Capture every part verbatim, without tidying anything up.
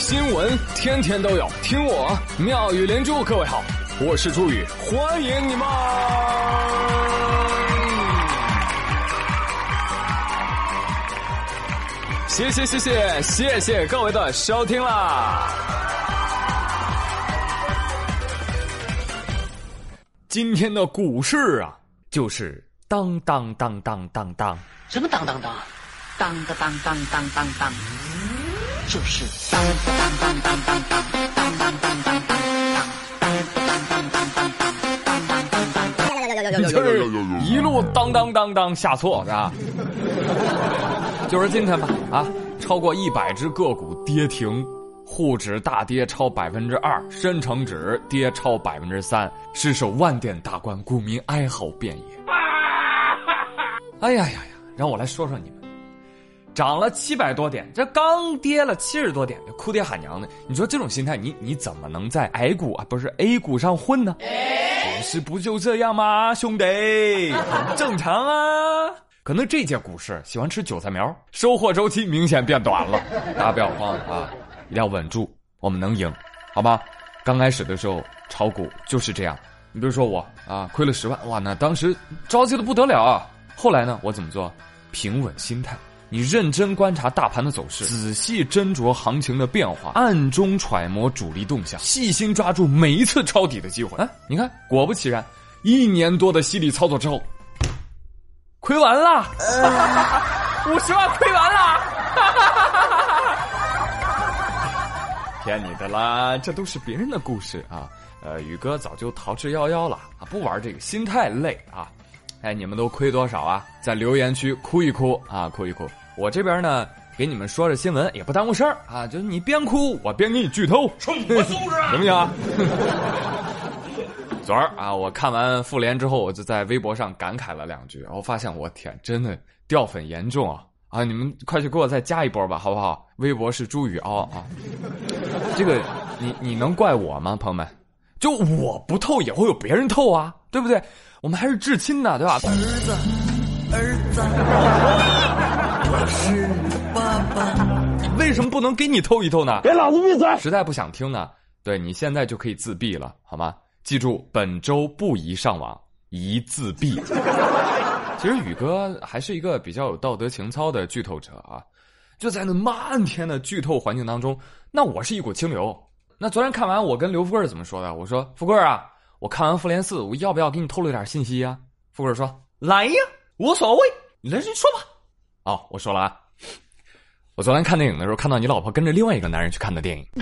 新闻天天都有，听我妙语连珠。各位好，我是朱宇，欢迎你们。谢谢谢谢谢谢各位的收听啦！今天的股市啊，就是当当当当当当。 什么当当当？当当当当当当当，就是当当当当当当当当当当当当就是一路当当当当下错是吧？就是今天吧啊，超过一百只个股跌停，沪指大跌超百分之二，深成指跌超百分之三，失守万点大关，股民哀嚎遍野。哎呀呀呀！让我来说说你们，涨了七百多点，这刚跌了七十多点，哭爹喊娘的。你说这种心态，你你怎么能在 A 股啊，不是 A 股上混呢？股市不就这样吗，兄弟？很正常啊。可能这届股市喜欢吃韭菜苗，收获周期明显变短了。大家不要慌啊，一定要稳住，我们能赢，好吧？刚开始的时候炒股就是这样。你比如说我啊，亏了十万，哇，那当时着急的不得了啊。后来呢，我怎么做？平稳心态，你认真观察大盘的走势，仔细斟酌行情的变化，暗中揣摩主力动向，细心抓住每一次抄底的机会。哎，你看，果不其然，一年多的犀利操作之后，亏完了，五十万亏完了，骗你的啦，这都是别人的故事啊。呃，宇哥早就逃之夭夭了啊，不玩这个，心太累啊。哎，你们都亏多少啊？在留言区哭一哭啊，哭一哭。我这边呢，给你们说着新闻，也不耽误事儿啊。就是你边哭，我边给你剧透，什么素质啊？行不行啊？昨儿啊，我看完复联之后，我就在微博上感慨了两句，然后发现我天，真的掉粉严重啊！啊，你们快去给我再加一波吧，好不好？微博是朱宇凹啊。这个你你能怪我吗，朋友们？就我不透也会有别人透啊，对不对？我们还是至亲的，对吧？ 儿子，儿子，我是爸爸。 为什么不能给你透一透呢？ 给老子闭嘴！ 实在不想听呢，对，你现在就可以自闭了，好吗？记住，本周不宜上网，宜自闭。其实宇哥还是一个比较有道德情操的剧透者啊，就在那漫天的剧透环境当中，那我是一股清流。那昨天看完，我跟刘富贵怎么说的？我说富贵啊，我看完复联四，我要不要给你透露点信息啊？富贵说来呀，无所谓，你来说吧。哦，我说了啊，我昨天看电影的时候看到你老婆跟着另外一个男人去看的电影。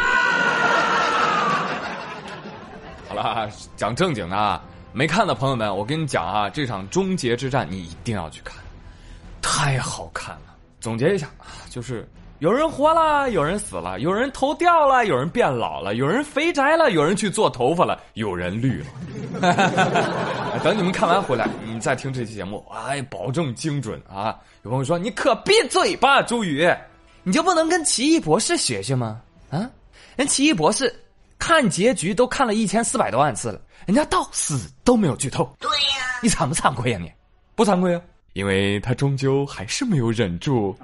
好了，讲正经的啊，没看的朋友们，我跟你讲啊，这场终结之战你一定要去看，太好看了。总结一下啊，就是有人活了，有人死了，有人头掉了，有人变老了，有人肥宅了，有人去做头发了，有人绿了。等你们看完回来，你再听这期节目，哎，保证精准啊！有朋友说你可闭嘴吧，朱宇，你就不能跟奇异博士学学吗？啊，人奇异博士看结局都看了一千四百多万次了，人家到死都没有剧透。对呀、啊，你惭不惭愧呀、啊？你不惭愧啊？因为他终究还是没有忍住。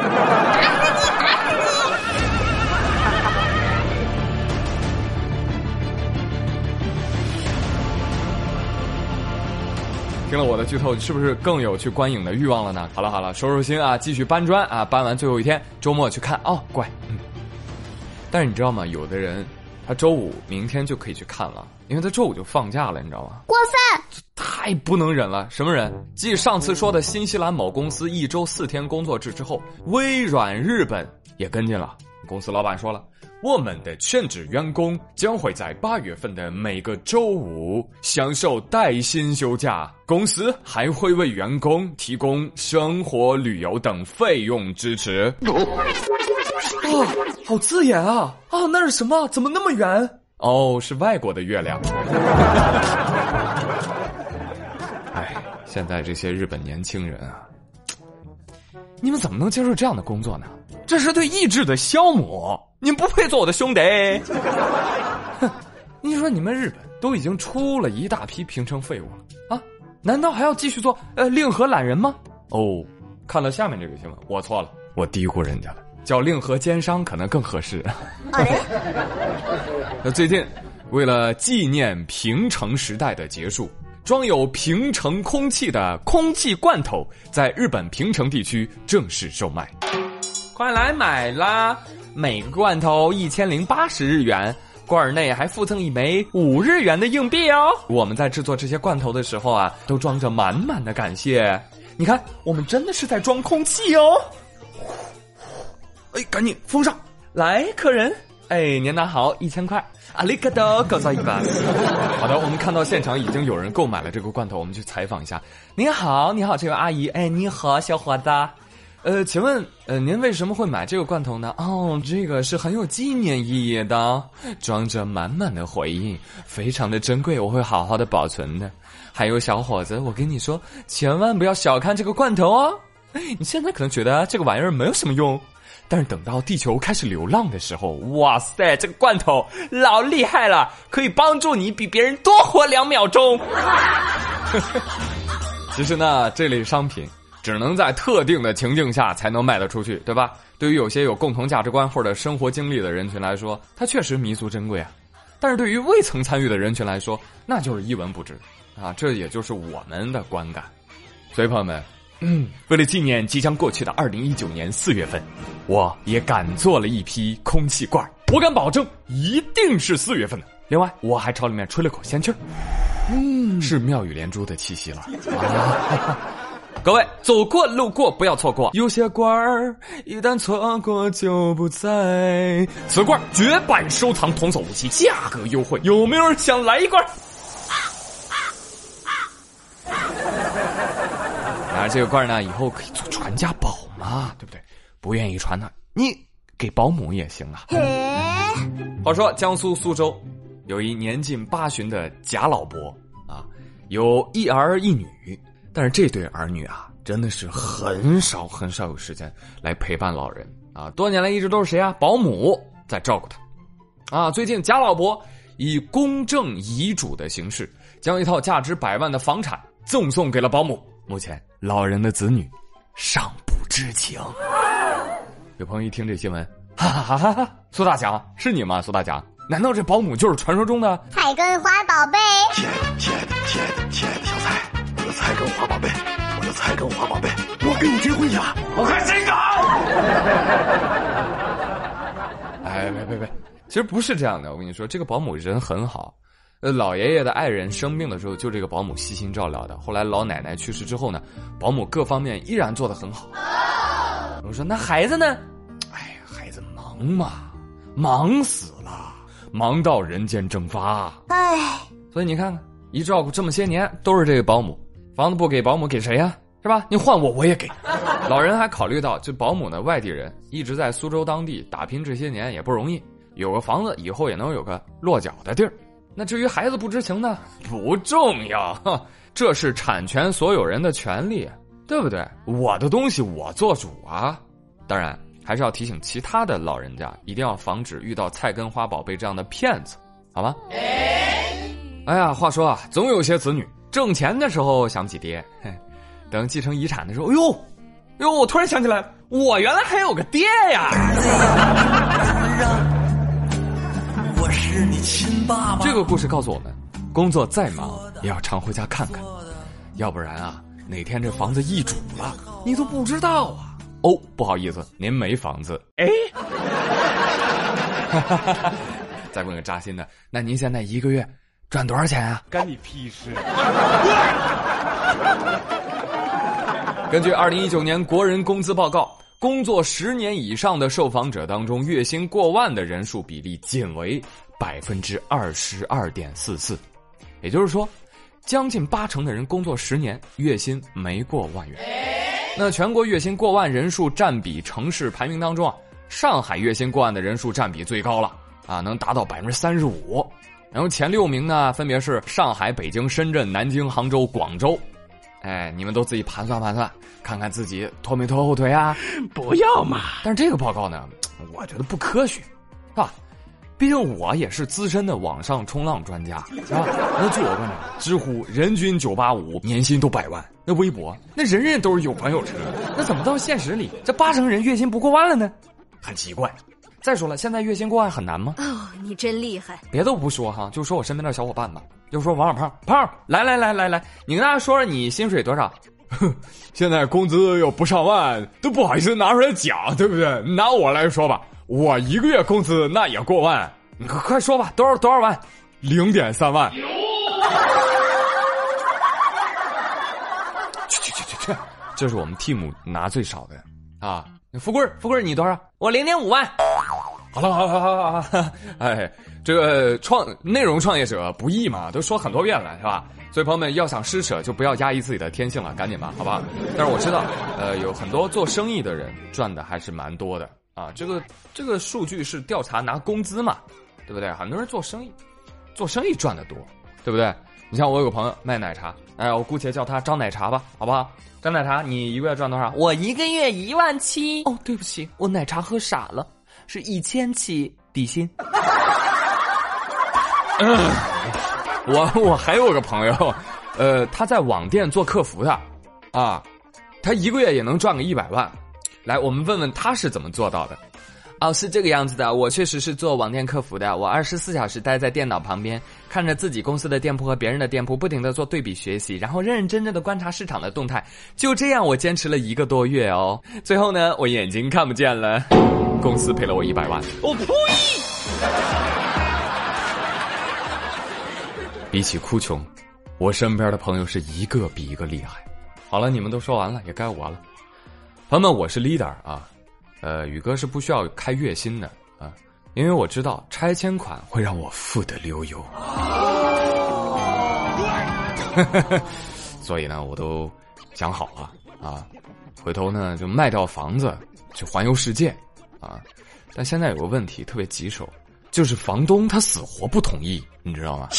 听了我的剧透，是不是更有去观影的欲望了呢？好了好了，收收心啊，继续搬砖啊，搬完最后一天，周末去看哦，乖。嗯。但是你知道吗？有的人他周五明天就可以去看了，因为他周五就放假了，你知道吗？ 过分！ 太不能忍了！什么人？继上次说的新西兰某公司一周四天工作制之后，微软日本也跟进了。公司老板说了，我们的全职员工将会在八月份的每个周五享受带薪休假，公司还会为员工提供生活、旅游等费用支持。哦，好刺眼啊！啊，那是什么？怎么那么圆？哦，是外国的月亮。哎，现在这些日本年轻人啊，你们怎么能接受这样的工作呢？这是对意志的消磨，你们不配做我的兄弟。哼，你说你们日本都已经出了一大批平成废物了啊，难道还要继续做呃令和懒人吗？哦，看了下面这个新闻，我错了，我低估人家了。 叫令和奸商可能更合适。 啊嘞， 那最近为了纪念平成时代的结束，装有平成空气的空气罐头在日本平成地区正式售卖，快来买啦！每个罐头一千零八十日元，罐内还附赠一枚五日元的硬币哦。我们在制作这些罐头的时候啊，都装着满满的感谢。你看，我们真的是在装空气哦。哎，赶紧封上！来，客人，哎，您拿好，一千块。阿里嘎多，告诉一般。好的，我们看到现场已经有人购买了这个罐头，我们去采访一下。您好，你好，这位阿姨。哎，你好，小伙子。呃，请问，呃，您为什么会买这个罐头呢？哦，这个是很有纪念意义的，装着满满的回忆，非常的珍贵，我会好好的保存的。还有小伙子，我跟你说，千万不要小看这个罐头哦。你现在可能觉得这个玩意儿没有什么用。但是等到地球开始流浪的时候，哇塞，这个罐头老厉害了，可以帮助你比别人多活两秒钟。其实呢，这类商品只能在特定的情境下才能卖得出去，对吧？对于有些有共同价值观或者生活经历的人群来说，它确实弥足珍贵啊。但是对于未曾参与的人群来说，那就是一文不值啊。这也就是我们的观感。所以朋友们，嗯，为了纪念即将过去的二零一九年四月份，我也赶做了一批空气罐，我敢保证一定是四月份的。另外，我还朝里面吹了口仙气儿，嗯，是妙语连珠的气息了。啊、各位走过路过不要错过，有些罐儿一旦错过就不在。此罐绝版收藏，童叟无欺，价格优惠，有没有人想来一罐？啊，这个罐呢，以后可以做传家宝嘛，对不对？不愿意传呢，你给保姆也行啊。话说江苏苏州有一年近八旬的贾老伯啊，有一儿一女，但是这对儿女啊，真的是很少很少有时间来陪伴老人啊。多年来一直都是谁啊？保姆在照顾他啊。最近贾老伯以公证遗嘱的形式，将一套价值百万的房产赠送给了保姆。目前老人的子女尚不知情。有朋友一听这新闻，哈哈哈哈！苏大强是你吗？苏大强，难道这保姆就是传说中的菜根花宝贝？ 亲亲亲亲爱的小菜，我的菜根花宝贝，我的菜根花宝贝，我跟你结婚去了，我看谁敢！ 哎，别别别，其实不是这样的。我跟你说，这个保姆人很好。呃，老爷爷的爱人生病的时候，就这个保姆悉心照料的。后来老奶奶去世之后呢，保姆各方面依然做得很好。我说那孩子呢？哎呀，孩子忙嘛，忙死了，忙到人间蒸发。 哎， 所以你看看，一照顾这么些年，都是这个保姆。房子不给保姆给谁呀？是吧？你换我我也给。老人还考虑到，这保姆呢，外地人一直在苏州当地打拼这些年也不容易，有个房子以后也能有个落脚的地儿。那至于孩子不知情呢，不重要，这是产权所有人的权利，对不对？我的东西我做主啊。当然还是要提醒其他的老人家，一定要防止遇到菜根花宝贝这样的骗子，好吗？哎呀，话说啊，总有些子女挣钱的时候想不起爹，等继承遗产的时候，哎呦，哎呦，我突然想起来了，我原来还有个爹呀！ 我是你亲爸爸。 这个故事告诉我们，工作再忙也要常回家看看，要不然啊，哪天这房子易主了，你都不知道啊。哦，不好意思，您没房子。哎，再问个扎心的，那您现在一个月赚多少钱啊？干你屁事！根据二零一九年国人工资报告，工作十年以上的受访者当中，月薪过万的人数比例仅为百分之二十二点四四，也就是说，将近八成的人工作十年，月薪没过万元。那全国月薪过万人数占比城市排名当中啊，上海月薪过万的人数占比最高了啊，能达到百分之三十五。然后前六名呢，分别是上海、北京、深圳、南京、杭州、广州。哎，你们都自己盘算盘算，看看自己拖没拖后腿啊？ 不要嘛！ 但是这个报告呢，我觉得不科学，是吧？毕竟我也是资深的网上冲浪专家，是吧？那据我观察，知乎人均九八五，年薪都百万；那微博，那人人都是有房有车，那怎么到现实里，这八成人月薪不过万了呢？ 很奇怪。再说了，现在月薪过万很难吗？ 哦，你真厉害。 别的不说哈，就说我身边的小伙伴吧，就说王小胖，胖，来来来来来，你跟大家说说你薪水多少？现在工资又不上万，都不好意思拿出来讲，对不对？拿我来说吧，我一个月工资那也过万，你快说吧，多少多少万？零点三万。去去去去去，这是我们 team 拿最少的啊。富贵，富贵你多少？我零点五万。好了好了好了好了，哎，这个创内容创业者不易嘛，都说很多遍了，是吧？所以朋友们要想施舍，就不要压抑自己的天性了，赶紧吧，好吧？但是我知道，呃，有很多做生意的人赚的还是蛮多的啊。这个这个数据是调查拿工资嘛，对不对？很多人做生意，做生意赚的多，对不对？你像我有个朋友卖奶茶，哎，我姑且叫他张奶茶吧，好不好？张奶茶，你一个月赚多少？我一个月一万七。哦，对不起，我奶茶喝傻了，是一千七底薪。嗯，我我还有个朋友，呃，他在网店做客服的，啊，他一个月也能赚个一百万。来，我们问问他是怎么做到的。哦，是这个样子的，我确实是做网店客服的，我二十四小时待在电脑旁边，看着自己公司的店铺和别人的店铺，不停地做对比学习，然后认认真真的观察市场的动态，就这样我坚持了一个多月哦，最后呢，我眼睛看不见了，公司赔了我一百万。我呸！比起哭穷，我身边的朋友是一个比一个厉害。好了，你们都说完了，也该我了。朋友们，我是 leader 啊。呃，宇哥是不需要开月薪的啊，因为我知道拆迁款会让我富得流油，所以呢，我都想好了啊，回头呢就卖掉房子去环游世界啊。但现在有个问题特别棘手，就是房东他死活不同意，你知道吗？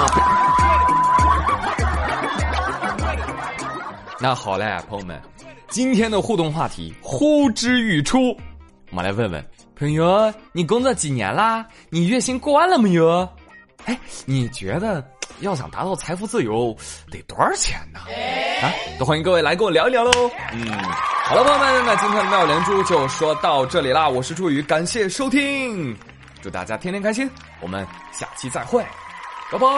那好嘞，朋友们。今天的互动话题呼之欲出，我们来问问朋友，你工作几年啦？你月薪过万了没有？哎，你觉得要想达到财富自由得多少钱呢？啊，都欢迎各位来跟我聊一聊喽。嗯，好了，朋友们，那今天的妙连珠就说到这里啦。我是朱宇，感谢收听，祝大家天天开心，我们下期再会，拜拜。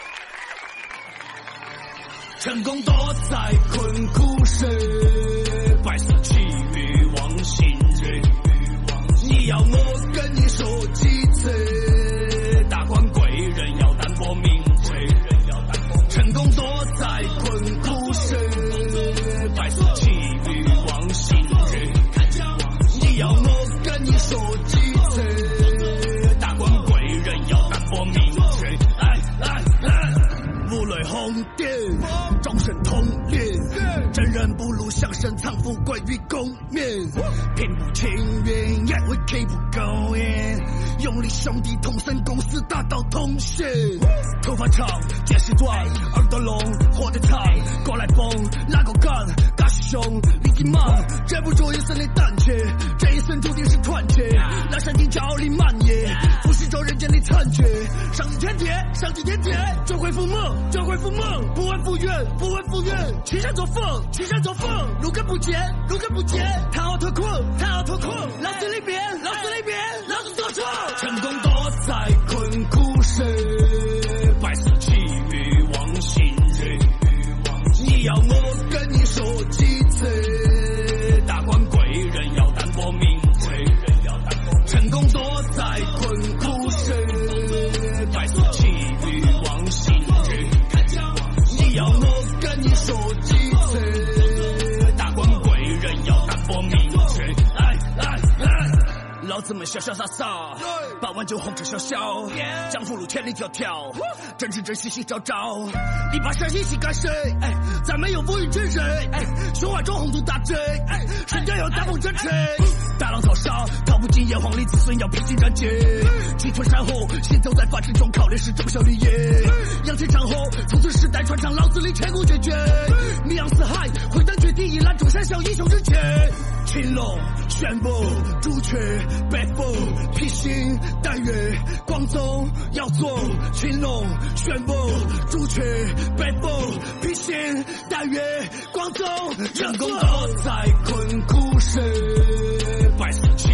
成功躲在困苦时，白色起欲望心日。你要我跟你说几次？达官贵人要淡泊名垂。成功躲在困苦时，白色起欲望心日。你要我跟你说几次？达官贵人要淡泊名垂。哎哎哎，无泪红蝶。众生同烈，真人不如相声藏富贵于共勉，平步青云也会 keep going， 用力兄弟同生公司大道通行，头发长见识短，耳朵聋活得长，过来蹦拉个杆，嘎是凶力气忙，遮不住一生的胆怯，这一生注定是团结，那山顶骄力蔓延，俯视着人间的残缺，上帝天天上帝天天就会覆梦就会覆梦，不问复原不问复原，岐山作风岐山作风，路根不见路根不见，谈好脱困谈好脱困，老子里边老子里边老子做错，成功躲在困苦时，白色起欲望心日，你要我跟你说几次？达官贵人要淡泊名垂，成功躲在困苦时，白色起欲望心日，你要我跟你说几次？达官贵人要淡泊名垂，哎哎哎，老子们潇潇洒洒，八碗酒红尘潇潇，江湖路千里迢迢，真知真细细朝朝，你把山一起赶谁？哎，咱没有乌云追谁？哎，胸怀中宏图大追，哎，身家有大风真吹，大浪淘沙，淘不尽炎黄里子孙要披荆斩棘，气吞山河，行走在法治中，考炼是忠孝立业，扬起长河，从此时代传唱，老子里千古绝绝，名扬四海，挥灯绝地，一览众山小英雄之前，青龙玄武朱雀北风披星戴月，光宗耀祖，青龙玄武朱雀北风披星戴月，光宗成功躲在困苦时，白色起